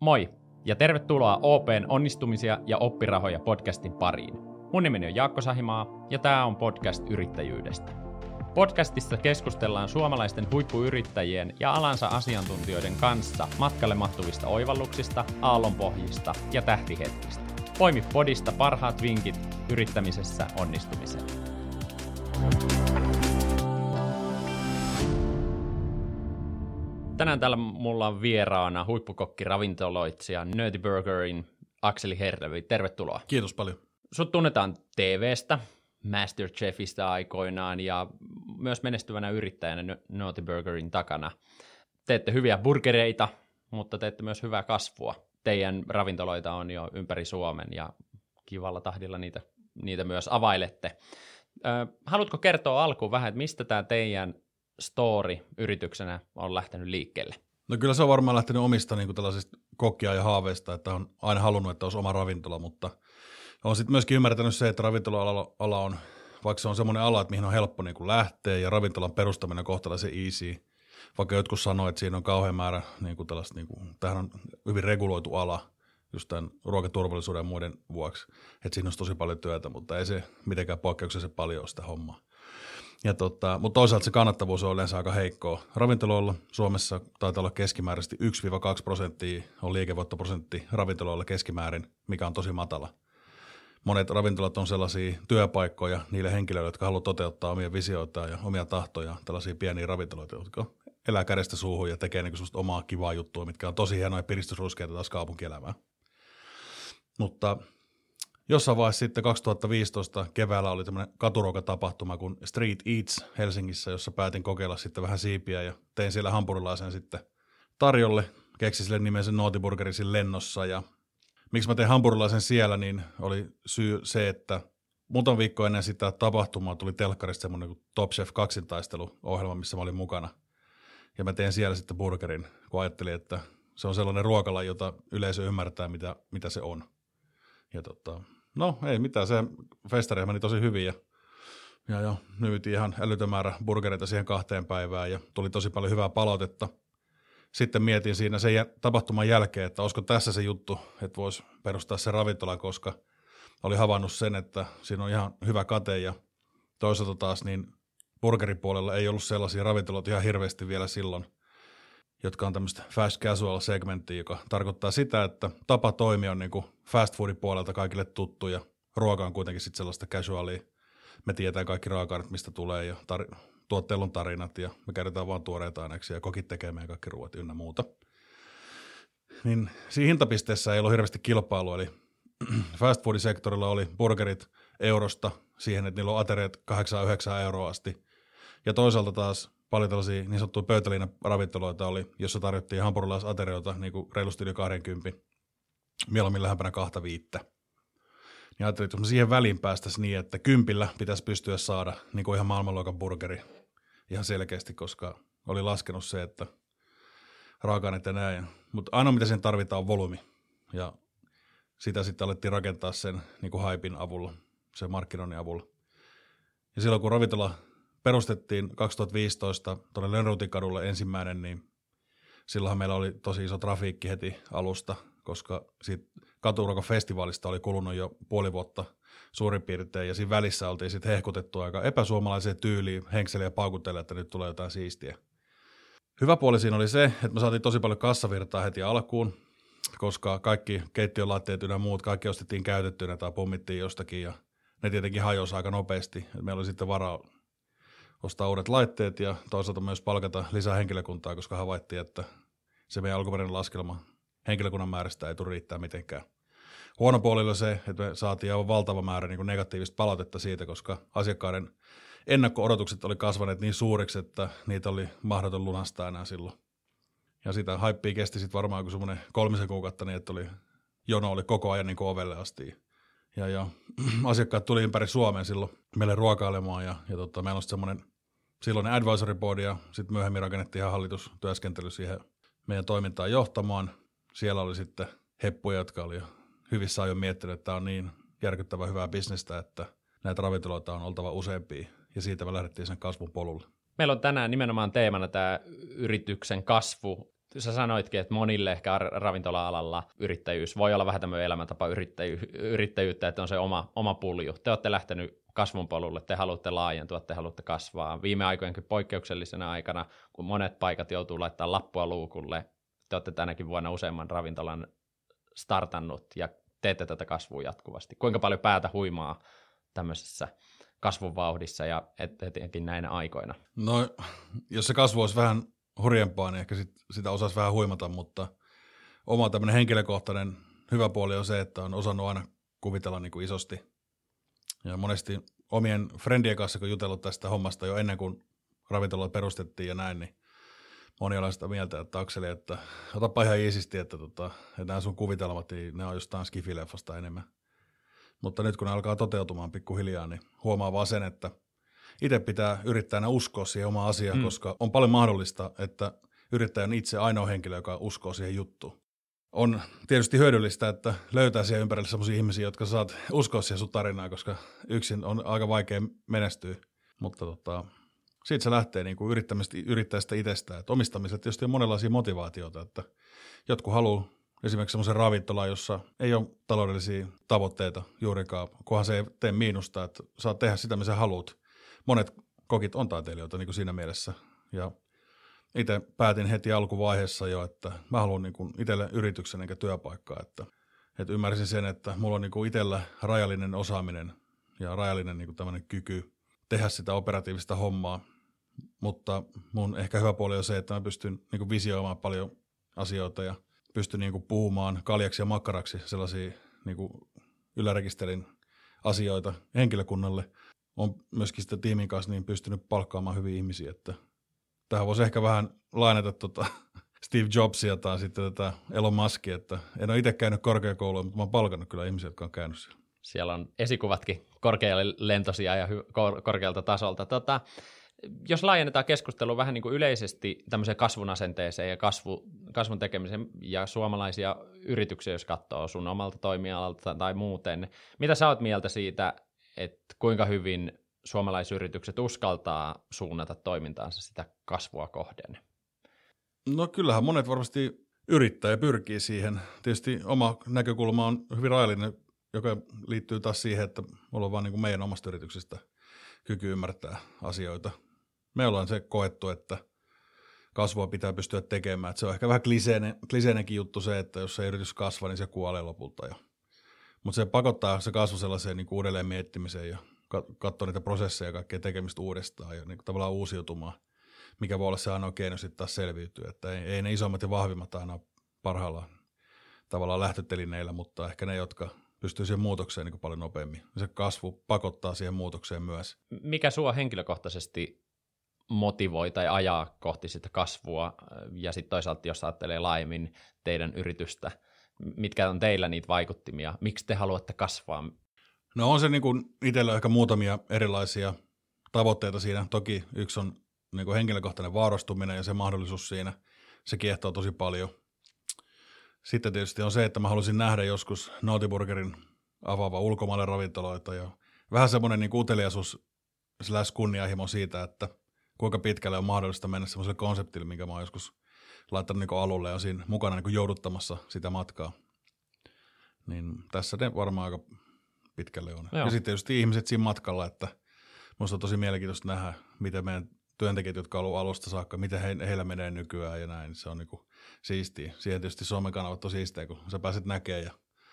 Moi ja tervetuloa OP:n onnistumisia ja oppirahoja podcastin pariin. Mun nimeni on Jaakko Sahimaa ja tää on podcast yrittäjyydestä. Podcastissa keskustellaan suomalaisten huippuyrittäjien ja alansa asiantuntijoiden kanssa matkalle mahtuvista oivalluksista, aallonpohjista ja tähtihetkistä. Poimi podista parhaat vinkit yrittämisessä onnistumiseen. Tänään täällä mulla on vieraana huippukokki-ravintoloitsija Nöti Burgerin Akseli Herlevi. Tervetuloa. Kiitos paljon. Sut tunnetaan TV:stä, MasterChefistä aikoinaan ja myös menestyvänä yrittäjänä Nöti Burgerin takana. Teette hyviä burgereita, mutta teette myös hyvää kasvua. Teidän ravintoloita on jo ympäri Suomen ja kivalla tahdilla niitä myös availette. Haluatko kertoa alkuun vähän, että mistä tämä teidän story yrityksenä on lähtenyt liikkeelle? No kyllä se on varmaan lähtenyt omista niin kuin tällaisista kokkia ja haaveista, että on aina halunnut, että olisi oma ravintola, mutta olen sitten myöskin ymmärtänyt se, että ravintola-ala on, vaikka se on semmoinen ala, että mihin on helppo niin kuin lähteä ja ravintolan perustaminen on kohtalaisen easy, vaikka jotkut sanoo, että siinä on kauhean määrä, niin kuin tällaista, niin kuin, tämähän on hyvin reguloitu ala just tämän ruokaturvallisuuden ja muiden vuoksi, että siinä on tosi paljon työtä, mutta ei se mitenkään poikkeuksellisen paljon ole sitä hommaa. Mutta toisaalta se kannattavuus on yleensä aika heikkoa. Ravintoloilla Suomessa taitaa olla keskimääräisesti 1-2% on liikevoittoprosentti ravintoloilla keskimäärin, mikä on tosi matala. Monet ravintolat on sellaisia työpaikkoja niille henkilöille, jotka haluavat toteuttaa omia visioitaan ja omia tahtoja, tällaisia pieniä ravintoloita, jotka elää kädestä suuhun ja tekee niin sellaista omaa kivaa juttua, mitkä on tosi hienoja piristysruskeita taas kaupunkielämää. Mutta jossain vaiheessa sitten 2015 keväällä oli tämmöinen katuruokatapahtuma kuin Street Eats Helsingissä, jossa päätin kokeilla sitten vähän siipiä ja tein siellä hampurilaisen sitten tarjolle. Keksin sille nimen sen Nöti Burgerin lennossa ja miksi mä tein hampurilaisen siellä, niin oli syy se, että muutama viikko ennen sitä tapahtumaa tuli telkkarista semmoinen kuin Top Chef kaksintaisteluohjelma, missä mä olin mukana. Ja mä tein siellä sitten burgerin, kun ajattelin, että se on sellainen ruokala, jota yleisö ymmärtää, mitä se on. Ja no ei mitään, se festareja meni tosi hyvin ja myytiin ihan älytön määrä burgereita siihen 2 päivään ja tuli tosi paljon hyvää palautetta. Sitten mietin siinä sen tapahtuman jälkeen, että olisiko tässä se juttu, että voisi perustaa se ravintola, koska oli havainnut sen, että siinä on ihan hyvä kate ja toisaalta taas niin burgeripuolella ei ollut sellaisia ravintoloita ihan hirveästi vielä silloin, jotka on tämmöistä fast casual segmenttiä, joka tarkoittaa sitä, että tapa toimia on niin kuin fast foodin puolelta kaikille tuttu ja ruoka on kuitenkin sitten sellaista casualia. Me tiedetään kaikki raaka-aineet, mistä tulee ja tuotteilla on tarinat ja me käytetään vaan tuoreita aineksia ja kokit tekee meidän kaikki ruuat ynnä muuta. Niin siinä hintapisteessä ei ollut hirveästi kilpailua, eli fast foodin sektorilla oli burgerit eurosta siihen, että niillä on ateriat 8-9 euroa asti ja toisaalta taas paljon tällaisia niin sanottuja pöytäliinaravintoloita oli, jossa tarjottiin hampurilaisaterioita niin kuin reilusti yli 20, mieluummin lähempänä 25. Niin ajattelin, että jos me siihen väliin päästäisiin niin, että 10 pitäisi pystyä saada niin kuin ihan maailmanluokan burgeri ihan selkeästi, koska oli laskenut se, että raaka-aineet ja näin. Mutta ainoa mitä siihen tarvitaan on volyymi ja sitä sitten alettiin rakentaa sen niin kuin hypin avulla, sen markkinoinnin avulla. Ja silloin kun ravintola perustettiin 2015 tuonne Lönnrotikadulle ensimmäinen, niin silloinhan meillä oli tosi iso trafiikki heti alusta, koska siitä katuruokafestivaalista oli kulunut jo puoli vuotta suurin piirtein, ja siinä välissä oltiin sitten hehkutettu aika epäsuomalaiseen tyyliin henkseliä paukutelle, että nyt tulee jotain siistiä. Hyvä puoli siinä oli se, että me saatiin tosi paljon kassavirtaa heti alkuun, koska kaikki keittiölaitteet ynnä muut, kaikki ostettiin käytettynä tai pommittiin jostakin, ja ne tietenkin hajosi aika nopeasti. Meillä oli sitten varaa ostaa uudet laitteet ja toisaalta myös palkata lisää henkilökuntaa, koska havaittiin, että se meidän alkuperäinen laskelma henkilökunnan määrästä ei tule riittää mitenkään. Huono puoli oli se, että me saatiin aivan valtava määrä niin kuin negatiivista palautetta siitä, koska asiakkaiden ennakko-odotukset oli kasvaneet niin suuriksi, että niitä oli mahdoton lunastaa enää silloin. Ja sitä haippia kesti sitten varmaan semmoinen 3 kuukautta, niin että jono oli koko ajan niin kuin ovelle asti. Ja asiakkaat tuli ympäri Suomeen silloin meille ruokailemaan ja meillä on semmoinen silloinen advisory board ja sitten myöhemmin rakennettiin ihan hallitustyöskentely siihen meidän toimintaan johtamaan. Siellä oli sitten heppuja, jotka oli hyvissä ajoin miettinyt, että tämä on niin järkyttävän hyvää bisnestä, että näitä ravintoloita on oltava useampia ja siitä me lähdettiin sen kasvun polulle. Meillä on tänään nimenomaan teemana tämä yrityksen kasvu. sä sanoitkin, että monille ehkä ravintola-alalla yrittäjyys voi olla vähän tämmöinen elämäntapa yrittäjyyttä, että on se oma pulju. Te olette lähtenyt kasvun polulle, te haluatte laajentua, te haluatte kasvaa. Viime aikojenkin poikkeuksellisena aikana, kun monet paikat joutuu laittamaan lappua luukulle, te olette tänäkin vuonna useamman ravintolan startannut ja teette tätä kasvua jatkuvasti. Kuinka paljon päätä huimaa tämmöisessä kasvun vauhdissa ja etenkin näinä aikoina? No, jos se kasvu olisi vähän hurjempaa, niin ehkä sitä osaisi vähän huimata, mutta oma tämmöinen henkilökohtainen hyvä puoli on se, että on osannut aina kuvitella niin kuin isosti. Ja monesti omien friendien kanssa, kun jutellut tästä hommasta jo ennen kuin ravintola perustettiin ja näin, niin moni on sitä mieltä, että Akseli, että otapa ihan iisisti, että nämä sun kuvitelmat, niin ne on jostain skifileffasta enemmän. Mutta nyt kun ne alkaa toteutumaan pikkuhiljaa, niin huomaa vaan sen, että itse pitää yrittäjänä uskoa siihen omaan asiaan, koska on paljon mahdollista, että yrittäjä on itse ainoa henkilö, joka uskoo siihen juttuun. On tietysti hyödyllistä, että löytää siihen ympärille sellaisia ihmisiä, jotka saat uskoa siihen sun tarinaan, koska yksin on aika vaikea menestyä. Mutta siitä se lähtee niin kuin yrittäjästä itsestään. Että omistamisella tietysti on monenlaisia motivaatioita, että jotkut haluaa esimerkiksi semmoisen ravintolan, jossa ei ole taloudellisia tavoitteita juurikaan, kunhan se ei tee miinusta, että saat tehdä sitä, mitä sä haluat. Monet kokit on taiteilijoita niin kuin siinä mielessä. Ja itse päätin heti alkuvaiheessa jo, että mä haluan niin kuin itselle yrityksen eikä työpaikkaa. Että ymmärsin sen, että mulla on niin kuin itsellä rajallinen osaaminen ja rajallinen niin kuin tämmöinen kyky tehdä sitä operatiivista hommaa. Mutta mun ehkä hyvä puoli on se, että mä pystyn niin kuin visioimaan paljon asioita ja pystyn niin kuin puhumaan kaljaksi ja makkaraksi sellaisia niin kuin ylärekisterin asioita henkilökunnalle. On myöskin sitten tiimin kanssa niin pystynyt palkkaamaan hyviä ihmisiä, että tähän voisi ehkä vähän lainata Steve Jobsia tai sitten tätä Elon Muskia, että en ole itse käynyt korkeakoulua, mutta mä oon palkannut kyllä ihmisiä, jotka on käynyt siellä. Siellä on esikuvatkin korkealle lentoisia ja korkealta tasolta. Jos laajennetaan keskustelua vähän niin kuin yleisesti tämmöiseen kasvun asenteeseen ja kasvun tekemiseen ja suomalaisia yrityksiä, jos katsoo sun omalta toimialalta tai muuten, mitä sä oot mieltä siitä, että kuinka hyvin suomalaisyritykset uskaltaa suunnata toimintaansa sitä kasvua kohden? No kyllähän monet varmasti yrittää ja pyrkii siihen. Tietysti oma näkökulma on hyvin rajallinen, joka liittyy taas siihen, että mulla on vaan niin kuin meidän omasta yrityksestä kyky ymmärtää asioita. Me ollaan se koettu, että kasvua pitää pystyä tekemään. Että se on ehkä vähän kliseenenkin juttu se, että jos se yritys kasvaa, niin se kuolee lopulta jo. Mutta se pakottaa se kasvu sellaiseen niin kuin uudelleen miettimiseen ja katsoa niitä prosesseja ja kaikkea tekemistä uudestaan ja niin kuin tavallaan uusiutumaan, mikä voi olla se ainoa keino sitten taas selviytyä. Että ei ne isommat ja vahvimmat aina parhaillaan tavallaan lähtötelineillä, mutta ehkä ne, jotka pystyy siihen muutokseen niin kuin paljon nopeammin. Se kasvu pakottaa siihen muutokseen myös. Mikä sua henkilökohtaisesti motivoi tai ajaa kohti sitä kasvua ja sitten toisaalta, jos ajattelee laajemmin teidän yritystä, mitkä on teillä niitä vaikuttimia? Miksi te haluatte kasvaa? No on se niin kuin itsellä ehkä muutamia erilaisia tavoitteita siinä. Toki yksi on niin kuin henkilökohtainen vaarastuminen ja se mahdollisuus siinä. Se kiehtoo tosi paljon. Sitten tietysti on se, että mä halusin nähdä joskus Naughty Burgerin avaava ulkomaille ravintoloita ja vähän semmoinen niin kuin uteliaisuus / kunnianhimo siitä, että kuinka pitkälle on mahdollista mennä semmoiselle konseptille, minkä mä oon joskus laittanut niin kuin alulle ja siinä mukana niin kuin jouduttamassa sitä matkaa. Niin tässä ne varmaan aika pitkälle on. Joo. Ja sitten tietysti ihmiset siinä matkalla, että musta on tosi mielenkiintoista nähdä, miten meidän työntekijät, jotka on ollut alusta saakka, miten heillä menee nykyään ja näin. Se on niinku siistiä. Siihen tietysti somekanavat on siistiä, kun sä pääset näkemään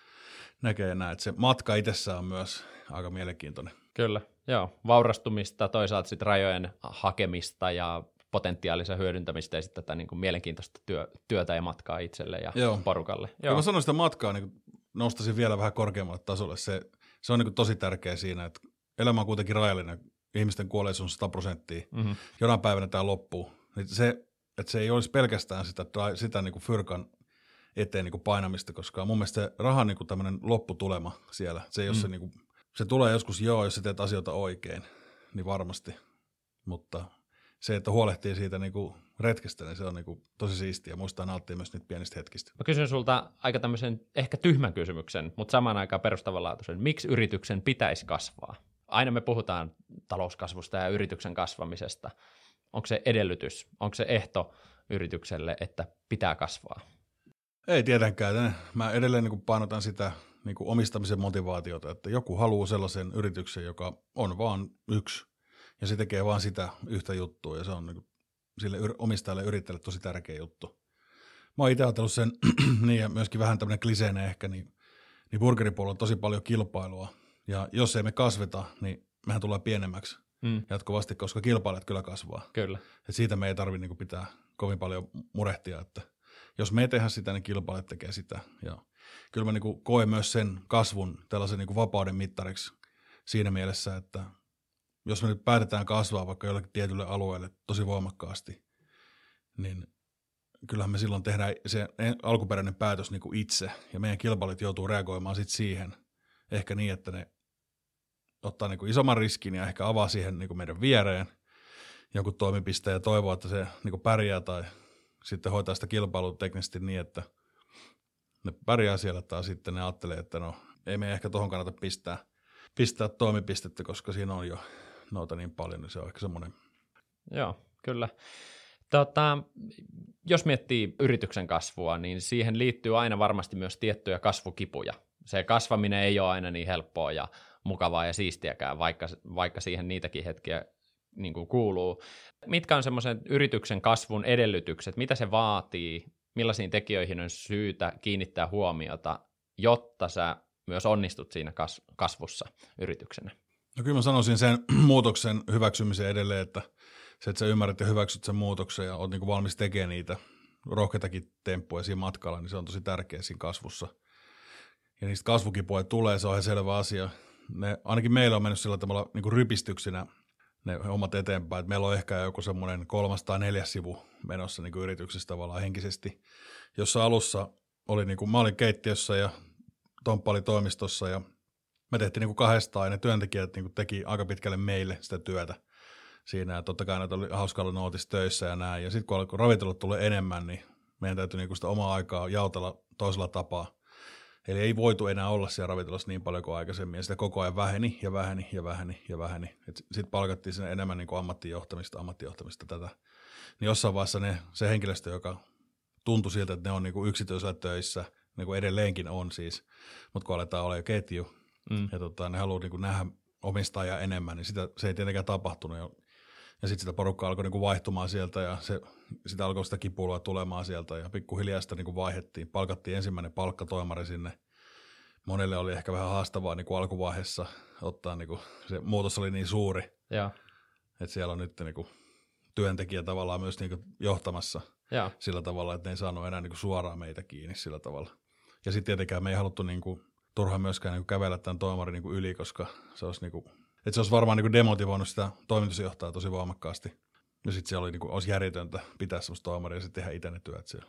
ja näin. Se matka itsessään on myös aika mielenkiintoinen. Kyllä, joo. Vaurastumista, toisaalta sitten rajojen hakemista ja potentiaalisen hyödyntämistä ja sitten tätä niin kuin mielenkiintoista työtä ja matkaa itselle ja porukalle. Joo. Mä sanoin sitä matkaa, niin nostaisin vielä vähän korkeammalle tasolle. Se on niin kuin tosi tärkeä siinä, että elämä on kuitenkin rajallinen. Ihmisten kuolleisuus on 100%. Mm-hmm. Jonain päivänä tämä loppuu. Että se ei olisi pelkästään sitä niin kuin fyrkan eteen niin kuin painamista, koska mun mielestä se rahan niin kuin tämmöinen lopputulema siellä, se ei ole se, niin kuin, se tulee joskus jos sä teet asioita oikein, niin varmasti. Mutta se, että huolehtii siitä niin kuin retkestä, niin se on niin kuin tosi siistiä ja muistaa nauttia myös niitä pienistä hetkistä. Mä kysyn sulta aika tämmöisen ehkä tyhmän kysymyksen, mutta samaan aikaan perustavanlaatuisen. Miksi yrityksen pitäisi kasvaa? Aina me puhutaan talouskasvusta ja yrityksen kasvamisesta. Onko se edellytys, onko se ehto yritykselle, että pitää kasvaa? Ei tietenkään. Mä edelleen niin kuin painotan sitä niin kuin omistamisen motivaatiota, että joku haluaa sellaisen yrityksen, joka on vaan yksi, ja se tekee vaan sitä yhtä juttua, ja se on niin kuin sille omistajalle yrittäjälle tosi tärkeä juttu. Mä oon itse ajatellut sen, niin ja myöskin vähän tämmöinen kliseinen ehkä, niin burgeripuolella on tosi paljon kilpailua, ja jos ei me kasveta, niin mehän tulee pienemmäksi jatkuvasti, koska kilpailijat kyllä kasvaa. Kyllä. Et siitä me ei tarvitse niin kuin pitää kovin paljon murehtia, että jos me ei tehdä sitä, niin kilpailijat tekee sitä. Ja kyllä mä niin kuin koen myös sen kasvun tällaisen niin kuin vapauden mittariksi siinä mielessä, että jos me nyt päätetään kasvaa vaikka jollekin tietylle alueelle tosi voimakkaasti, niin kyllähän me silloin tehdään se alkuperäinen päätös niin kuin itse, ja meidän kilpailijat joutuu reagoimaan sitten siihen, ehkä niin, että ne ottaa niin kuin isomman riskin ja ehkä avaa siihen niin kuin meidän viereen jonkun toimipisteen ja toivoo, että se niin kuin pärjää tai sitten hoitaa sitä kilpailua teknisesti niin, että ne pärjää siellä tai sitten ne ajattelee, että no ei me ehkä tohon kannata pistää toimipistettä, koska siinä on jo noita niin paljon, niin se on ehkä semmoinen. Joo, kyllä. Jos miettii yrityksen kasvua, niin siihen liittyy aina varmasti myös tiettyjä kasvukipuja. Se kasvaminen ei ole aina niin helppoa ja mukavaa ja siistiäkään, vaikka siihen niitäkin hetkiä niin kuin kuuluu. Mitkä on semmoisen yrityksen kasvun edellytykset, mitä se vaatii, millaisiin tekijöihin on syytä kiinnittää huomiota, jotta sä myös onnistut siinä kasvussa yrityksenä? No kyllä mä sanoisin sen muutoksen hyväksymisen edelleen, että sä ymmärrät ja hyväksyt sen muutoksen ja oot niin kuin valmis tekemään niitä rohkeitakin temppuja siinä matkalla, niin se on tosi tärkeä siinä kasvussa. Ja niistä kasvukipuja tulee, se on ihan selvä asia. Ainakin meillä on mennyt sillä tavalla niin kuin rypistyksinä ne hommat eteenpäin, että meillä on ehkä joku semmoinen 3 tai 4 sivu menossa niin kuin yrityksessä tavallaan henkisesti, jossa alussa oli, niin kuin, mä olin keittiössä ja Tomppa oli toimistossa ja me tehtiin niin kuin 2 ja ne työntekijät niin kuin teki aika pitkälle meille sitä työtä siinä ja totta kai näitä oli hauska olla nootissa töissä ja näin ja sitten kun ravintolat tulee enemmän, niin meidän täytyy niin kuin sitä omaa aikaa jaotella toisella tapaa. Eli ei voitu enää olla siellä ravintolassa niin paljon kuin aikaisemmin, ja sitä koko ajan väheni. Sitten palkattiin sinne enemmän niin kuin ammattijohtamista tätä. Niin jossain vaiheessa se henkilöstö, joka tuntui siltä, että ne on niin kuin yksityisellä töissä, niin kuin edelleenkin on siis, mutta kun aletaan olla jo ketju, ja ne haluaa niin kuin nähdä omistajaa enemmän, niin se ei tietenkään tapahtunut. Ja sitten sitä porukkaa alkoi niin kuin vaihtumaan sieltä, ja sitä alkoi sitä kipuilua tulemaan sieltä, ja pikkuhiljaa sitä niin kuin vaihdettiin. Palkattiin ensimmäinen palkkatoimari sinne. Monelle oli ehkä vähän haastavaa niin kuin alkuvaiheessa ottaa, niin kuin, se muutos oli niin suuri, että siellä on nyt niin kuin työntekijä tavallaan myös niin kuin johtamassa sillä tavalla, että ne ei saanut enää niin kuin suoraan meitä kiinni sillä tavalla. Ja sitten tietenkään me ei haluttu niin kuin turhaan myöskään niin kuin kävellä tämän toimarin niin kuin yli, koska se olisi niin kuin, että se olisi varmaan niin kuin demotivoinut sitä toimitusjohtajaa tosi voimakkaasti. Ja sitten siellä oli, niin kuin, olisi järjetöntä pitää sellaista toimaria ja sitten tehdä itse ne työt siellä.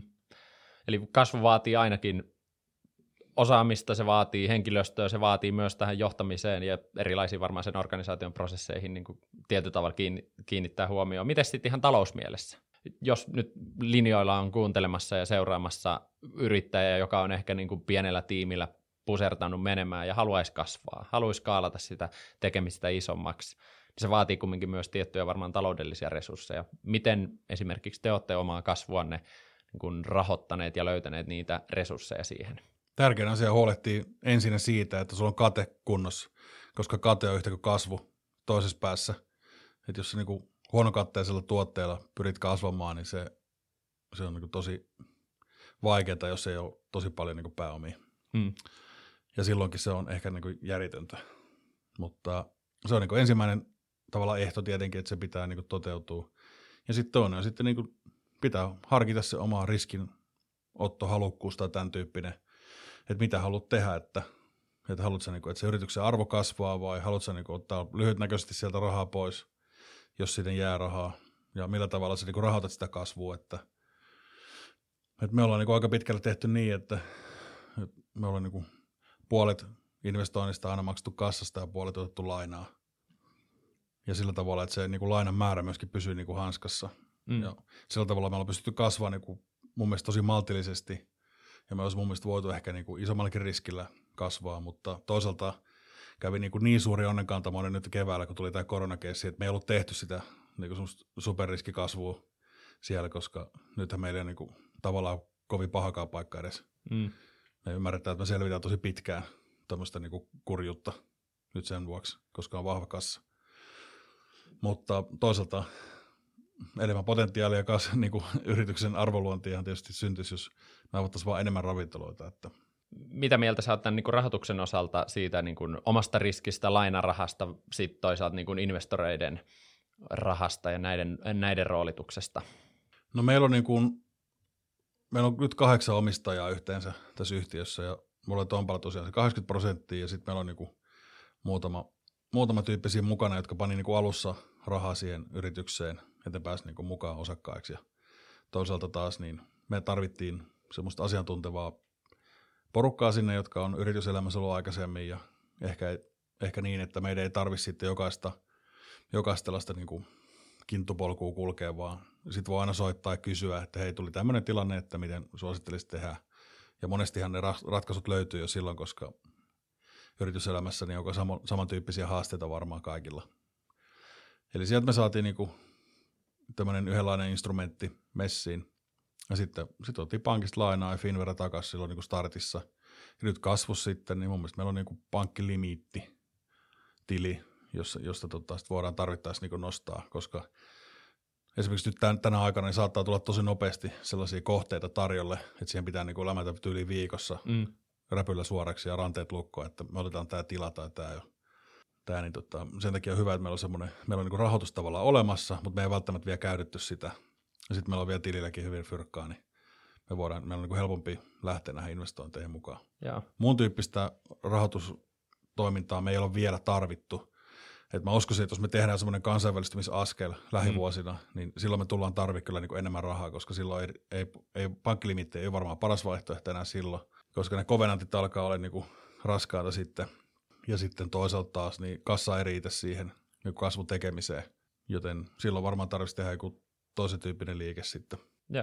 Eli kasvu vaatii ainakin osaamista, se vaatii henkilöstöä, se vaatii myös tähän johtamiseen ja erilaisiin varmaan sen organisaation prosesseihin niin kuin tietyllä tavalla kiinnittää huomioon. Miten sitten ihan talousmielessä? Jos nyt linjoilla on kuuntelemassa ja seuraamassa yrittäjä, joka on ehkä niin kuin pienellä tiimillä pusertanut menemään ja haluaisi kasvaa, haluaisi skaalata sitä tekemistä isommaksi, niin se vaatii kumminkin myös tiettyjä varmaan taloudellisia resursseja. Miten esimerkiksi te olette omaa kasvuanne niin kuin rahoittaneet ja löytäneet niitä resursseja siihen? Tärkein asia huolehtii ensin siitä, että sulla on kate kunnossa, koska kate on yhtä kuin kasvu toisessa päässä. Että jos sä niin huonokatteisella tuotteella pyrit kasvamaan, niin se on niin tosi vaikeaa, jos ei ole tosi paljon niin pääomia. Ja silloinkin se on ehkä niin järjetöntä. Mutta se on niin ensimmäinen tavallaan ehto tietenkin, että se pitää niin toteutua. Ja sitten toinen on sitten niin pitää harkita se oma riskinottohalukkuus tai tämän tyyppinen, että mitä haluat tehdä, että haluatko niin että se yrityksen arvo kasvaa vai haluatko niin ottaa lyhytnäköisesti sieltä rahaa pois, jos siitä jää rahaa, ja millä tavalla sä niin rahoitat sitä kasvua, että me ollaan niin aika pitkälle tehty niin, että me ollaan niin puolet investoinnista aina maksettu kassasta ja puolet otettu lainaa. Ja sillä tavalla, että se niin lainan määrä myöskin pysyy niin hanskassa. Ja sillä tavalla me ollaan pystytty kasvamaan niin mun mielestä tosi maltillisesti, ja me olisi mun mielestä voitu ehkä niin isommallakin riskillä kasvaa, mutta toisaalta kävi niin suuri onnenkantamoinen nyt keväällä, kun tuli tämä koronakeissi, että me ei ollut tehty sitä niin superriskikasvua siellä, koska nythän meillä ei ole niin kuin, tavallaan kovin pahakaan paikka edes. Me ymmärretään, että me selvitään tosi pitkään tämmöistä niin kuin kurjuutta nyt sen vuoksi, koska on vahva kassa. Mutta toisaalta enemmän potentiaalia kanssa niin kuin yrityksen arvoluontia tietysti syntyisi, jos me avattaisiin vaan enemmän ravintoloita. Että. Mitä mieltä sä oot tämän niin kuin rahoituksen osalta siitä niin kuin omasta riskistä, lainarahasta, sitten toisaalta niin kuin investoreiden rahasta ja näiden roolituksesta? No meillä on nyt 8 omistajaa yhteensä tässä yhtiössä ja mulla on Tompalla tosiaan se 80% ja sitten meillä on niin kuin muutama tyyppi siinä mukana, jotka pani niin kuin alussa rahaa siihen yritykseen, että pääsi niin kuin mukaan osakkaiksi. Ja toisaalta taas niin me tarvittiin semmoista asiantuntevaa porukkaa sinne, jotka on yrityselämässä ollut aikaisemmin ja ehkä niin, että meidän ei tarvitse sitten jokaista tällaista niin kuin kinttupolkua kulkea, vaan sitten voi aina soittaa ja kysyä, että hei, tuli tämmöinen tilanne, että miten suosittelisit tehdä. Ja monestihan ne ratkaisut löytyy jo silloin, koska yrityselämässä niin on samantyyppisiä haasteita varmaan kaikilla. Eli sieltä me saatiin niinku tämmöinen yhdenlainen instrumentti messiin. Ja sitten otettiin pankista lainaa ja Finnvera takaisin silloin niinku startissa. Ja nyt kasvus sitten, niin mun mielestä meillä on niinku pankkilimiitti tili, josta sit voidaan tarvittaessa niinku nostaa, koska esimerkiksi nyt tänä aikana niin saattaa tulla tosi nopeasti sellaisia kohteita tarjolle, että siihen pitää niinku lämätä tyyliin viikossa räpyllä suoraksi ja ranteet lukkoon, että me otetaan tämä tila tai tämä jo. Niin sen takia on hyvä, että meillä on niinku rahoitus tavallaan olemassa, mutta me ei välttämättä vielä käytetty sitä. Ja sitten meillä on vielä tililläkin hyvin fyrkkaa, niin meillä on niinku helpompi lähteä näihin investointeihin mukaan. Jaa. Muun tyyppistä rahoitustoimintaa me ei ole vielä tarvittu. Et mä uskoisin, että jos me tehdään semmoinen kansainvälistymisaskel lähivuosina, niin silloin me tullaan tarvitsemaan kyllä niinku enemmän rahaa, koska silloin ei pankkilimiitti ei ole varmaan paras vaihtoehto enää silloin, koska ne kovenantit alkaa olla niinku raskaata sitten. Ja sitten toisaalta taas niin kassa ei riitä siihen niin kasvun tekemiseen, joten silloin varmaan tarvitsisi tehdä joku toisen tyyppinen liike sitten.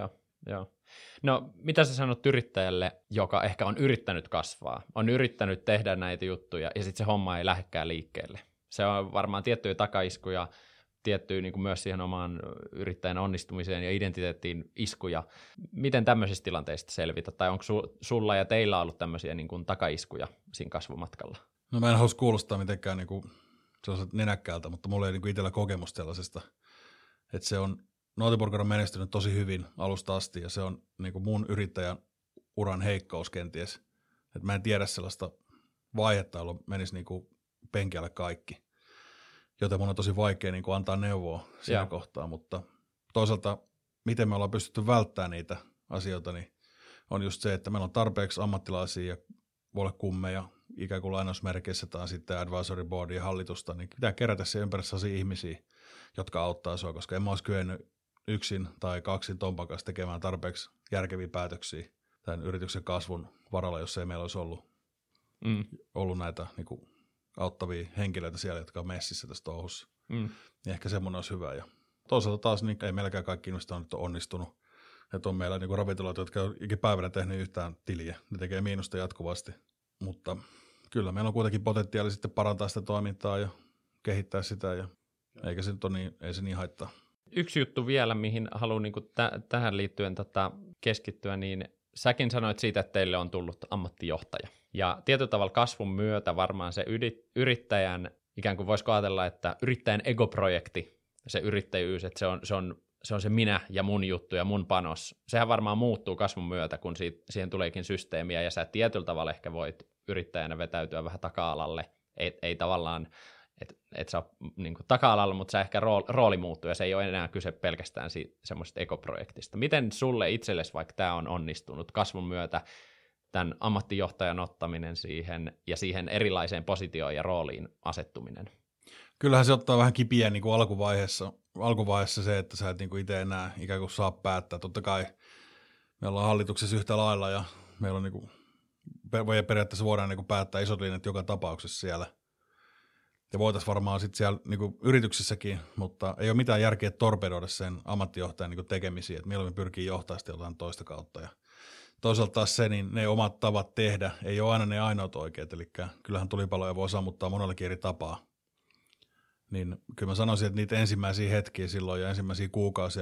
Joo. No mitä sä sanot yrittäjälle, joka ehkä on yrittänyt kasvaa, on yrittänyt tehdä näitä juttuja ja sitten se homma ei lähdekään liikkeelle? Se on varmaan tiettyjä takaiskuja, tiettyä niin kuin myös siihen omaan yrittäjän onnistumiseen ja identiteettiin iskuja. Miten tämmöisistä tilanteista selvitä? Tai onko sulla ja teillä ollut tämmöisiä niin kuin takaiskuja siinä kasvumatkalla? No mä en halua kuulostaa mitenkään niin kuin sellaiset nenäkkäältä, mutta mulla ei niin kuin itsellä kokemusta sellaisesta. Että se on, Noottiburger on menestynyt tosi hyvin alusta asti ja se on niin kuin mun yrittäjän uran heikkous kenties. Että mä en tiedä sellaista vaihetta, jolloin menisi niin kuin penkiälle kaikki. Joten mun on tosi vaikea niin kuin antaa neuvoa siinä kohtaa, mutta toisaalta miten me ollaan pystytty välttämään niitä asioita, niin on just se, että meillä on tarpeeksi ammattilaisia ja voi olla kummeja, ikään kuin lainausmerkeissä tai sitten advisory boardia ja hallitusta, niin pitää kerätä se ympäri sellaisia ihmisiä, jotka auttaa sua, koska en mä olisi kyennyt yksin tai kaksin Tompan kanssa tekemään tarpeeksi järkeviä päätöksiä tämän yrityksen kasvun varalla, jos ei meillä olisi ollut näitä niin kuin auttavia henkilöitä siellä, jotka on messissä tässä touhussa. Niin ehkä semmoinen olisi hyvä. Ja toisaalta taas niin ei meilläkään kaikki investoinnit ole onnistunut. Että on meillä niin ravintoloita, jotka on ikipäivänä tehnyt yhtään tiliä. Ne tekee miinusta jatkuvasti. Mutta kyllä meillä on kuitenkin potentiaali sitten parantaa sitä toimintaa ja kehittää sitä. Ja eikä se nyt ole niin, ei se niin haittaa. Yksi juttu vielä, mihin haluan niin kuin tähän liittyen keskittyä, niin säkin sanoit siitä, että teille on tullut ammattijohtaja. Ja tietyllä tavalla kasvun myötä varmaan se yrittäjän, ikään kuin voisiko ajatella, että yrittäjän egoprojekti, se yrittäjyys, että se on se minä ja mun juttu ja mun panos. Sehän varmaan muuttuu kasvun myötä, kun siihen tuleekin systeemiä, ja sä tietyllä tavalla ehkä voit yrittäjänä vetäytyä vähän taka-alalle. Ei tavallaan, et sä ole niin kuin taka-alalla, mutta sä ehkä rooli muuttuu, ja se ei ole enää kyse pelkästään semmoisesta ekoprojektista. Miten sulle itsellesi, vaikka tämä on onnistunut kasvun myötä, tämän ammattijohtajan ottaminen siihen ja siihen erilaiseen positioon ja rooliin asettuminen? Kyllähän se ottaa vähän kipiä niin kuin alkuvaiheessa se, että sä et niin kuin itse enää ikään kuin saa päättää. Totta kai me ollaan hallituksessa yhtä lailla ja meillä on niin kuin, periaatteessa voidaan niin kuin päättää isot linjat joka tapauksessa siellä. Ja voitaisiin varmaan sitten siellä niin kuin yrityksissäkin, mutta ei ole mitään järkeä torpedoida sen ammattijohtajan niin kuin tekemisiä, että mieluummin pyrkii johtaa sitten jotain toista kautta. Ja toisaalta taas se, niin ne omat tavat tehdä ei ole aina ne ainoat oikeat, eli kyllähän tulipaloja voi sammuttaa monellakin eri tapaa. Niin kyllä mä sanoisin, että niitä ensimmäisiä hetkiä silloin ja ensimmäisiä kuukausia, kun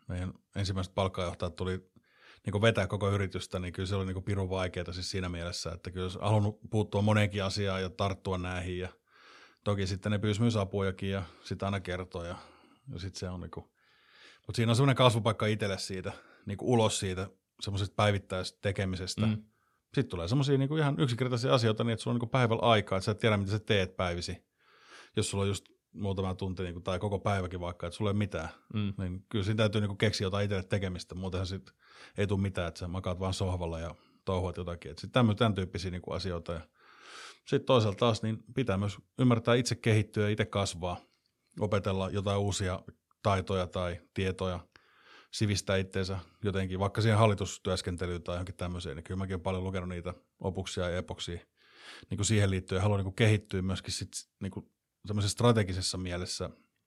meidän ensimmäiset palkkajohtajat tuli niin vetää koko yritystä, niin kyllä se oli niin pirun vaikeaa siis siinä mielessä, että kyllä olisi halunnut puuttua moneenkin asiaan ja tarttua näihin ja toki sitten ne pyysi myös apujakin ja sitä aina kertoo ja sitten se on niin kuin, mutta siinä on semmoinen kasvupaikka itselle siitä, niin kuin ulos siitä semmoisesta päivittäisestä tekemisestä. Sitten tulee semmoisia niin kuin ihan yksinkertaisia asioita niin, että sulla on niin kuin päivällä aikaa, että sä et tiedä, mitä sä teet päivisi. Jos sulla on just muutama tunti niin kuin, tai koko päiväkin vaikka, että sulla ei ole mitään, niin kyllä siinä täytyy niin kuin keksiä jotain itselle tekemistä. Muutenhan sitten ei tule mitään, että sä makaat vaan sohvalla ja touhuat jotakin. Sitten tämän tyyppisiä niin kuin asioita. Ja sitten toisaalta taas niin pitää myös ymmärtää itse kehittyä ja itse kasvaa, opetella jotain uusia taitoja tai tietoja, sivistää itseensä jotenkin, vaikka siihen hallitustyöskentelyyn tai johonkin tämmöiseen. Niin kyllä mäkin olen paljon lukenut niitä opuksia ja epoksia niin kuin siihen liittyen. Haluan niin kuin kehittyä myöskin sit, niin kuin semmoisessa strategisessa mielessä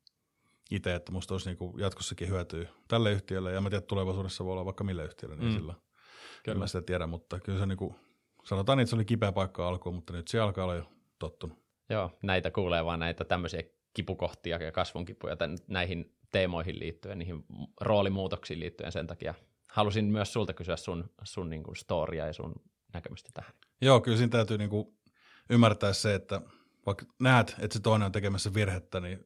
itse, että musta olisi niin kuin jatkossakin hyötyä tälle yhtiölle. Ja mä tiedän, että tulevaisuudessa voi olla vaikka mille yhtiölle, niin sillä en mä sitä tiedä. Mutta kyllä se niin kuin, sanotaan, että se oli kipeä paikka alkuun, mutta nyt se alkaa olla jo tottunut. Joo, näitä kuulee vaan näitä tämmöisiä kipukohtia ja kasvunkipuja näihin teemoihin liittyen, niihin roolimuutoksiin liittyen. Sen takia halusin myös sulta kysyä sun niin kuin storia ja sun näkemystä tähän. Joo, kyllä siinä täytyy niin kuin ymmärtää se, että vaikka näet, että se toinen on tekemässä virhettä, niin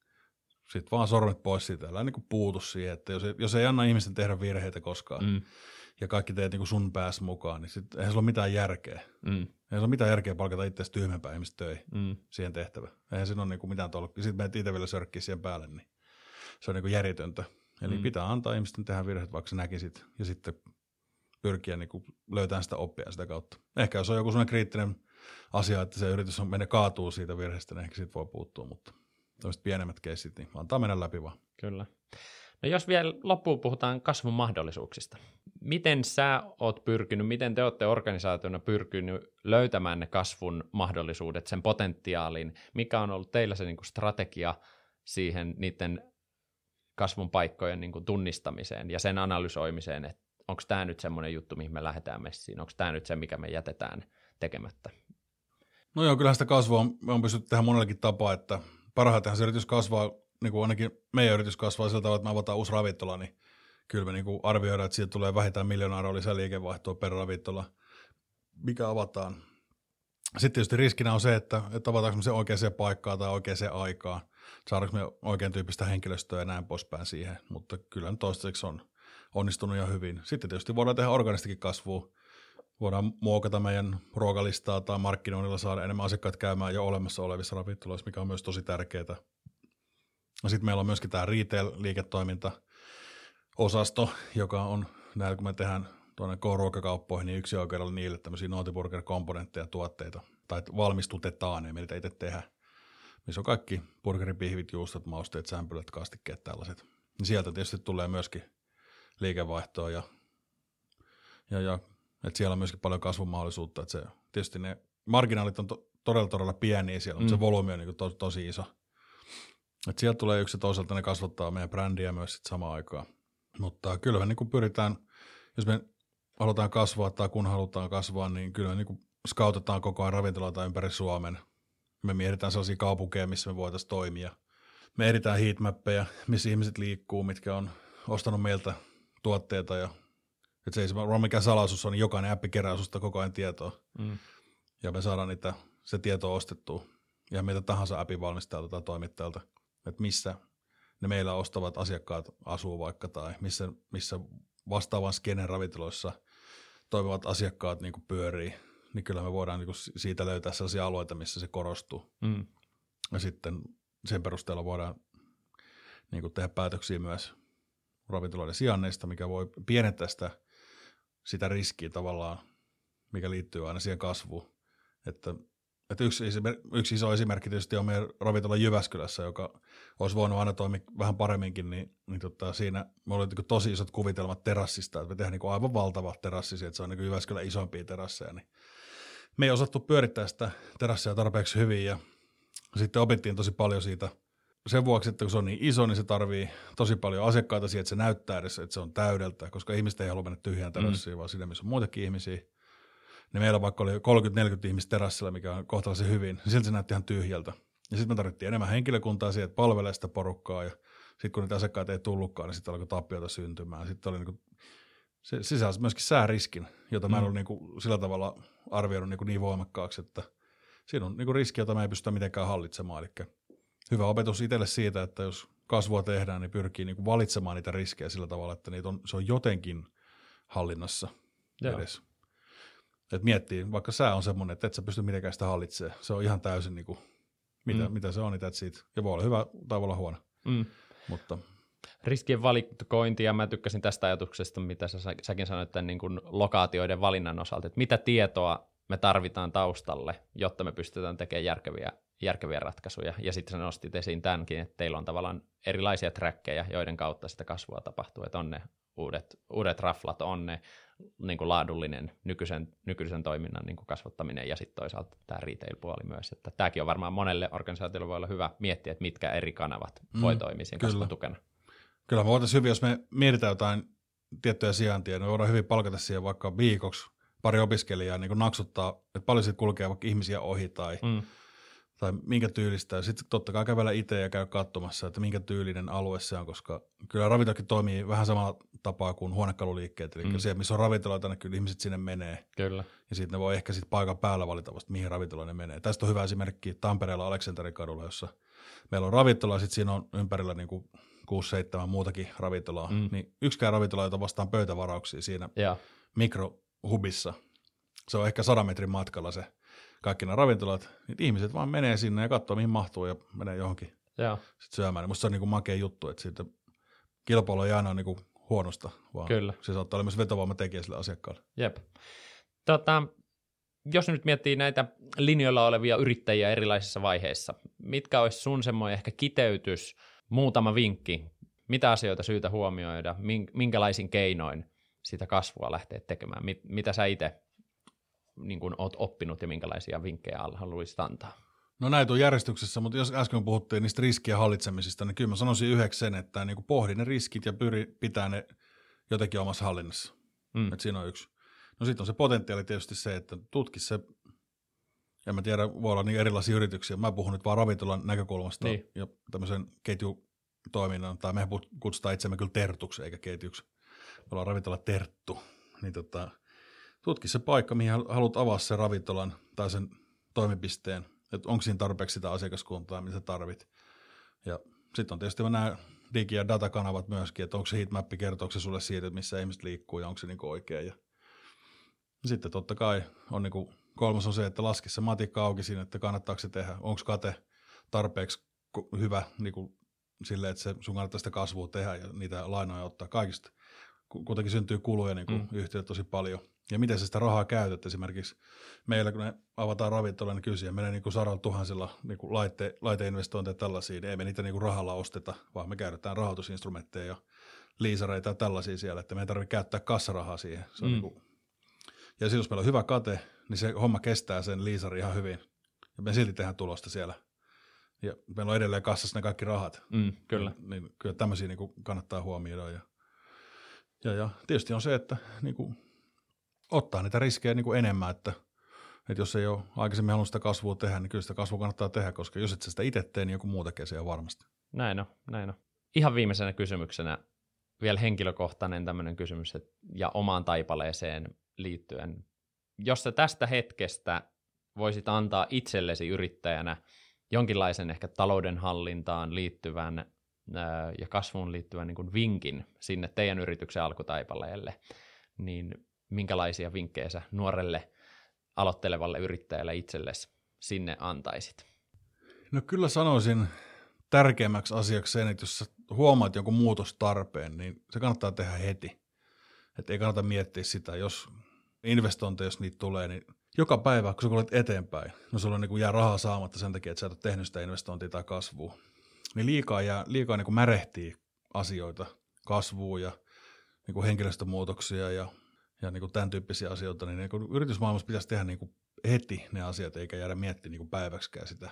sitten vaan sormet pois siitä, älä niin kuin puutu siihen, että jos ei anna ihmisten tehdä virheitä koskaan ja kaikki teet niin kuin sun päässä mukaan, niin sitten eihän sulla ole mitään järkeä. Eihän sulla ole mitään järkeä palkata itseäsi tyhmempää ihmistä töihin siihen tehtävään. Eihän siinä ole niin kuin mitään tolkkia. Sitten menet itse vielä sörkkiä siihen päälle, niin se on niin kuin järjetöntä. Eli pitää antaa ihmisten tehdä virheet, vaikka sä näkisit, ja sitten pyrkiä niin kuin löytämään sitä oppia sitä kautta. Ehkä jos on joku sellainen kriittinen asia, että se yritys menee kaatuu siitä virheestä, niin ehkä siitä voi puuttua, mutta tämmöiset pienemmät keissit, niin antaa mennä läpi vaan. Kyllä. No jos vielä loppuun puhutaan kasvun mahdollisuuksista. Miten sä oot pyrkinyt, miten te olette organisaationa pyrkinyt löytämään ne kasvun mahdollisuudet, sen potentiaalin? Mikä on ollut teillä se niin kuin strategia siihen niiden kasvun paikkojen niin kuin tunnistamiseen ja sen analysoimiseen, että onko tämä nyt semmoinen juttu, mihin me lähdetään messiin? Onko tämä nyt se, mikä me jätetään tekemättä? No joo, kyllähän sitä kasvua on pystytty tehdä monellakin tapaa, että parhaitenhan se yritys kasvaa, niin kuin ainakin meidän yritys kasvaa sillä tavalla, että me avataan uusi ravintola, niin kyllä me niin kuin arvioidaan, että siitä tulee vähintään 1 000 000 € lisää liikevaihtoa per ravintola, mikä avataan. Sitten tietysti riskinä on se, että avataanko me se oikeaan paikkaan tai oikeaan aikaan, saadaanko me oikean tyyppistä henkilöstöä ja näin poispäin siihen, mutta kyllä toistaiseksi on onnistunut jo hyvin. Sitten tietysti voidaan tehdä organistikin kasvua, voidaan muokata meidän ruokalistaa tai markkinoinnilla saada enemmän asiakkaita käymään jo olemassa olevissa ravintoloissa, mikä on myös tosi tärkeää. Sitten meillä on myöskin tämä retail-liiketoiminta-osasto, joka on näillä, kun me tehdään tuonne K-ruokakauppoihin, niin yksi oikeudella niille tämmöisiä Naughty Burger-komponentteja, tuotteita, tai valmistutetaan, ei meiltä itse tehdä, missä on kaikki burgeripihvit, juustot, mausteet, sämpylät, kastikkeet, tällaiset. Niin sieltä tietysti tulee myöskin liikevaihtoa ja että siellä on myöskin paljon kasvun mahdollisuutta, että se, tietysti ne marginaalit on todella pieniä siellä, mutta se volyymi on niin kuin tosi iso. Että sieltä tulee yksi ja toisaalta ne kasvattaa meidän brändiä myös sit samaan aikaan. Mutta kyllä me niin kuin pyritään, jos me halutaan kasvaa tai kun halutaan kasvaa, niin kyllä me niin kuin scoutetaan koko ajan ravintoloita ympäri Suomen. Me mietitään sellaisia kaupunkeja, missä me voitaisiin toimia. Me editään heatmappeja, missä ihmiset liikkuu, mitkä on ostanut meiltä tuotteita ja että se ei ole mikään salaisuus, niin jokainen appi kerää susta koko ajan tietoa. Ja me saadaan se tieto ostettua. Ja meitä tahansa appin valmistajalta tai toimittajalta, että missä ne meillä ostavat asiakkaat asuu vaikka, tai missä vastaavan skenen ravintoloissa toimivat asiakkaat niin kuin pyörii. Niin kyllä me voidaan niin kuin siitä löytää sellaisia alueita, missä se korostuu. Ja sitten sen perusteella voidaan niin kuin tehdä päätöksiä myös ravintoloiden sijainneista, mikä voi pienentää sitä riskiä tavallaan, mikä liittyy aina siihen kasvuun. Että yksi iso esimerkki tietysti on meidän ravintola Jyväskylässä, joka olisi voinut aina toimia vähän paremminkin, niin siinä me oli tosi isot kuvitelmat terassista, että me tehdään niin aivan valtava terassi, että se on niin Jyväskylän isompia terasseja. Niin me ei osattu pyörittää sitä terassia tarpeeksi hyvin ja sitten opittiin tosi paljon siitä. Sen vuoksi, että kun se on niin iso, niin se tarvii tosi paljon asiakkaita siihen, että se näyttää edes, että se on täydeltä, koska ihmiset ei halua mennä tyhjään terassiin, vaan sinne, missä on muitakin ihmisiä. Niin meillä vaikka oli 30-40 ihmistä terassilla, mikä on kohtalaisen hyvin, niin silti se näytti ihan tyhjältä. Ja sitten me tarvittiin enemmän henkilökuntaa siihen, että palvelee sitä porukkaa. Ja Sitten kun niitä asiakkaita ei tullutkaan, niin sitten alkoi tappioita syntymään. Sitten oli niinku, se sisälsi myöskin sääriskin, jota mä en ole niinku sillä tavalla arvioinut niin voimakkaaksi, että siinä on niinku riski, jota me ei pystytä mitenkään hallitsemaan. Eli hyvä opetus itselle siitä, että jos kasvua tehdään, niin pyrkii niinku valitsemaan niitä riskejä sillä tavalla, että se on jotenkin hallinnassa edes. Et miettii, vaikka sää on semmoinen, että et sä pysty mitenkään sitä hallitsemaan. Se on ihan täysin niinku, mitä se on, niin that's it. Ja voi olla hyvä tai voi olla huono. Mutta riskien valikointi, ja mä tykkäsin tästä ajatuksesta, mitä säkin sanoit tämän niin kuin lokaatioiden valinnan osalta, että mitä tietoa me tarvitaan taustalle, jotta me pystytään tekemään järkeviä ratkaisuja. Ja sitten sä nostit esiin tämänkin, että teillä on tavallaan erilaisia trackeja, joiden kautta sitä kasvua tapahtuu, että on ne uudet raflat, on ne niin kuin laadullinen nykyisen toiminnan niin kuin kasvattaminen ja sitten toisaalta tämä retail-puoli myös. Että tämäkin on varmaan monelle organisaatiolle voi olla hyvä miettiä, että mitkä eri kanavat voi toimia siinä kasvun tukena. Kyllä me voitaisiin hyvin, jos me mietitään jotain tiettyjä sijaintia, niin me voidaan hyvin palkata siihen vaikka viikoksi pari opiskelijaa niin naksuttaa, että paljon siitä kulkee vaikka ihmisiä ohi tai minkä tyylistä. Ja sitten totta kai kävellä itse ja käy katsomassa, että minkä tyylinen alue se on, koska kyllä ravintolakin toimii vähän samalla tapaa kuin huonekaluliikkeet. Eli siellä, missä on ravintoloita, niin kyllä ihmiset sinne menee. Kyllä. Ja sitten ne voi ehkä sit paikan päällä valita vasta, mihin ravintolaan ne menee. Tästä on hyvä esimerkki Tampereella Aleksanterin kadulla, jossa meillä on ravintola, sitten siinä on ympärillä niin kuin 6-7 muutakin ravintolaa. Niin yksikään ravintola ei ole vastaan pöytävarauksia siinä mikrohubissa. Se on ehkä 100 metrin matkalla se kaikki nämä ravintolat, niin ihmiset vaan menee sinne ja katsoo, mihin mahtuu ja menee johonkin sit syömään. Musta se on niinku makea juttu, että siitä kilpailu ei aina ole niinku huonosta, vaan Kyllä. Se saattaa olla myös vetovoimatekijä sille asiakkaalle. Jep. Jos nyt miettii näitä linjoilla olevia yrittäjiä erilaisissa vaiheissa, mitkä olisi sun semmoinen ehkä kiteytys, muutama vinkki, mitä asioita syytä huomioida, minkälaisin keinoin sitä kasvua lähteä tekemään, mitä sä itse niin kuin oot oppinut ja minkälaisia vinkkejä haluaisit antaa? No näitä on järjestyksessä, mutta jos äsken puhuttiin niistä riskien hallitsemisista, niin kyllä mä sanoisin yhdeksi sen, että niin kuin pohdi ne riskit ja pyri pitää ne jotenkin omassa hallinnassa. Että siinä on yksi. No sitten on se potentiaali tietysti se, että tutki se, en mä tiedä, voi olla niin erilaisia yrityksiä. Mä puhun nyt vaan ravintolan näkökulmasta ja tämmöisen ketjutoiminnan, tai me kutsutaan itsemme kyllä tertuksi eikä ketjuksi. Me ollaan ravintola terttu, niin tutki se paikka, mihin haluat avaa sen ravintolan tai sen toimipisteen, että onko siinä tarpeeksi sitä asiakaskuntaa, mitä tarvit. Ja sitten on tietysti nämä digi- ja datakanavat myöskin, että onko se heatmappi, kertooko se sulle siitä, että missä ihmiset liikkuu ja onko se niinku oikein. Ja sitten totta kai on niinku, kolmas on se, että laski se matikka auki siinä, että kannattaako se tehdä, onko kate tarpeeksi hyvä niinku, silleen, että se sun kannattaa sitä kasvua tehdä ja niitä lainoja ottaa kaikista. Kuitenkin syntyy kuluja niin yhtiöt tosi paljon. Ja miten sä sitä rahaa käytät esimerkiksi meillä, kun me avataan ravintola, niin kysyä, menee niin kuin 100 000 niin kuin laiteinvestointeja tällaisia, niin ei me niitä niin kuin rahalla osteta, vaan me käytetään rahoitusinstrumentteja ja liisareita ja tällaisia siellä, että me ei tarvitse käyttää kassarahaa siihen. Se on niin kuin, ja silloin jos meillä on hyvä kate, niin se homma kestää sen liisarin ihan hyvin. Ja me silti tehdään tulosta siellä. Ja meillä on edelleen kassassa ne kaikki rahat. Kyllä. Niin kyllä tämmöisiä niin kuin kannattaa huomioida. Ja tietysti on se, että niin kuin ottaa niitä riskejä niin kuin enemmän, että jos ei ole aikaisemmin halunnut sitä kasvua tehdä, niin kyllä sitä kasvua kannattaa tehdä, koska jos et sä sitä itse tee, niin joku muu tekee sen varmasti. Näin on. Ihan viimeisenä kysymyksenä vielä henkilökohtainen tämmöinen kysymys ja omaan taipaleeseen liittyen. Jos sä tästä hetkestä voisit antaa itsellesi yrittäjänä jonkinlaisen ehkä taloudenhallintaan liittyvän ja kasvuun liittyvän niin kuin vinkin sinne teidän yrityksen alkutaipaleelle, niin minkälaisia vinkkejä sä nuorelle aloittelevalle yrittäjälle itsellesi sinne antaisit? No kyllä sanoisin tärkeimmäksi asiaksi sen, että jos sä huomaat jonkun muutostarpeen, niin se kannattaa tehdä heti. Että ei kannata miettiä sitä, jos investointeja, jos niitä tulee, niin joka päivä, kun sä olet eteenpäin, no sulla niin kuin jää rahaa saamatta sen takia, että sä et ole tehnyt sitä investointia tai kasvua, niin liikaa niin kuin märehtii asioita, kasvua ja niin kuin henkilöstömuutoksia ja niin kuin tämän tyyppisiä asioita, niin kuin yritysmaailmassa pitäisi tehdä niin kuin heti ne asiat, eikä jäädä miettimään niin kuin päiväksikään sitä.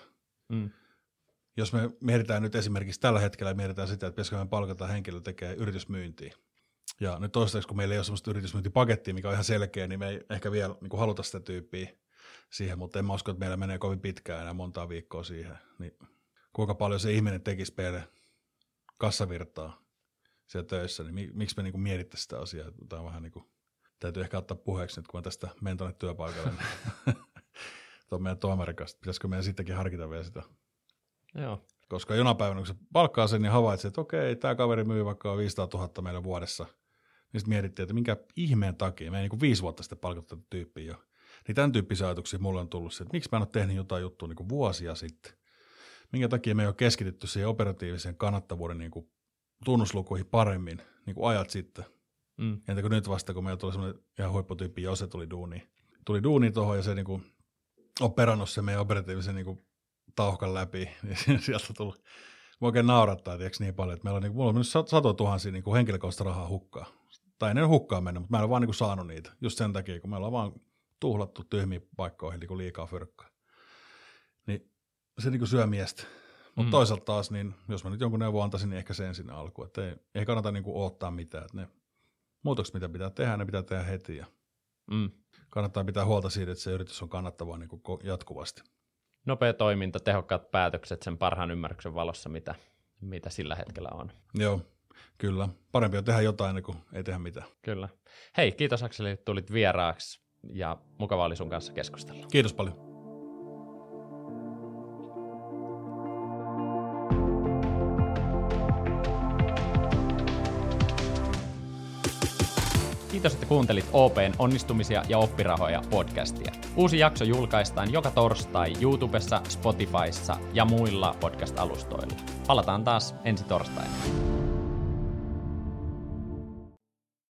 Jos me mietitään nyt esimerkiksi tällä hetkellä, mietitään sitä, että pitäisikö me palkata henkilö tekee yritysmyyntiä. Ja nyt toistaiseksi, kun meillä ei ole sellaista yritysmyyntipakettia, mikä on ihan selkeä, niin me ei ehkä vielä niin kuin haluta sitä tyyppiä siihen, mutta en mä usko, että meillä menee kovin pitkään enää montaa viikkoa siihen. Niin kuinka paljon se ihminen tekisi meille kassavirtaa siellä töissä, niin miksi me niin kuin mietittäisiin sitä asiaa? Tämä on vähän niin kuin, täytyy ehkä ottaa puheeksi nyt, kun mä tästä menen tuonne työpaikalle. Tuon meidän toimerikasta. Pitäisikö meidän sittenkin harkita vielä sitä? Joo. Koska jonain päivänä, kun se palkkaa sen, niin havaitsi, että okei, tämä kaveri myy vaikka 500 000 meidän vuodessa. Niin sitten mietittiin, että minkä ihmeen takia, me ei niin kuin 5 vuotta sitten palkattu tätä tyyppiä jo. Niin tämän tyyppisiä ajatuksia mulle on tullut se, että miksi mä en ole tehnyt jotain juttua niin kuin vuosia sitten. Minkä takia me ei ole keskitytty siihen operatiiviseen kannattavuuden niin kuin tunnuslukuihin paremmin niin kuin ajat sitten. Entä kun nyt vasta, kun meillä tuli semmoinen ihan huipputyyppi, Jose tuli duuniin tuohon ja se niin kuin on perannut se meidän operatiivisen niin kuin tauhkan läpi, niin sieltä on tullut, mä oikein naurattaa, tiedätkö niin paljon, että meillä on, niin kuin, mulla on mennyt 100 000 niin kuin henkilökohtaista rahaa hukkaa. Tai en hukkaan mennyt, mutta mä en ole vaan niin kuin saanut niitä, just sen takia, kun me ollaan vaan tuhlattu tyhmiin paikkoihin niin kuin liikaa fyrkkaa. Niin se niin kuin syö miestä. Mutta toisaalta taas, niin jos mä nyt jonkun neuvon antaisin, niin ehkä sen sinne alkuun, että ei kannata niin kuin odottaa mitään. Että ne muutokset, mitä pitää tehdä, ne pitää tehdä heti ja kannattaa pitää huolta siitä, että se yritys on kannattavaa niin kuin jatkuvasti. Nopea toiminta, tehokkaat päätökset sen parhaan ymmärryksen valossa, mitä sillä hetkellä on. Joo, kyllä. Parempi on tehdä jotain ennen kuin ei tehdä mitään. Kyllä. Hei, kiitos Akseli, että tulit vieraaksi ja mukava oli sun kanssa keskustella. Kiitos paljon. Kiitos, että kuuntelit OP:n onnistumisia ja oppirahoja podcastia. Uusi jakso julkaistaan joka torstai YouTubessa, Spotifyssa ja muilla podcast-alustoilla. Palataan taas ensi torstaina.